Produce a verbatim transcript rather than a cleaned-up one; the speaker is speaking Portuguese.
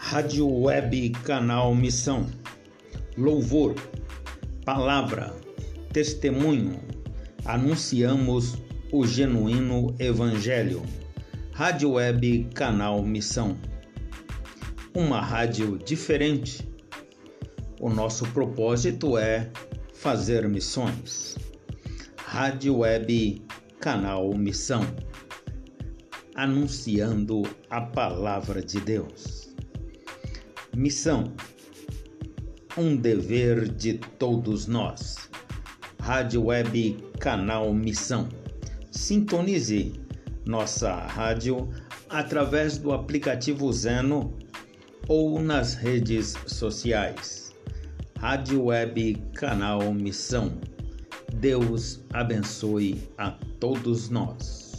Rádio Web Canal Missão, louvor, palavra, testemunho, anunciamos o genuíno Evangelho. Rádio Web Canal Missão, uma rádio diferente. O nosso propósito é fazer missões. Rádio Web Canal Missão, anunciando a palavra de Deus. Missão, um dever de todos nós. Rádio Web Canal Missão. Sintonize nossa rádio através do aplicativo Zeno ou nas redes sociais. Rádio Web Canal Missão. Deus abençoe a todos nós.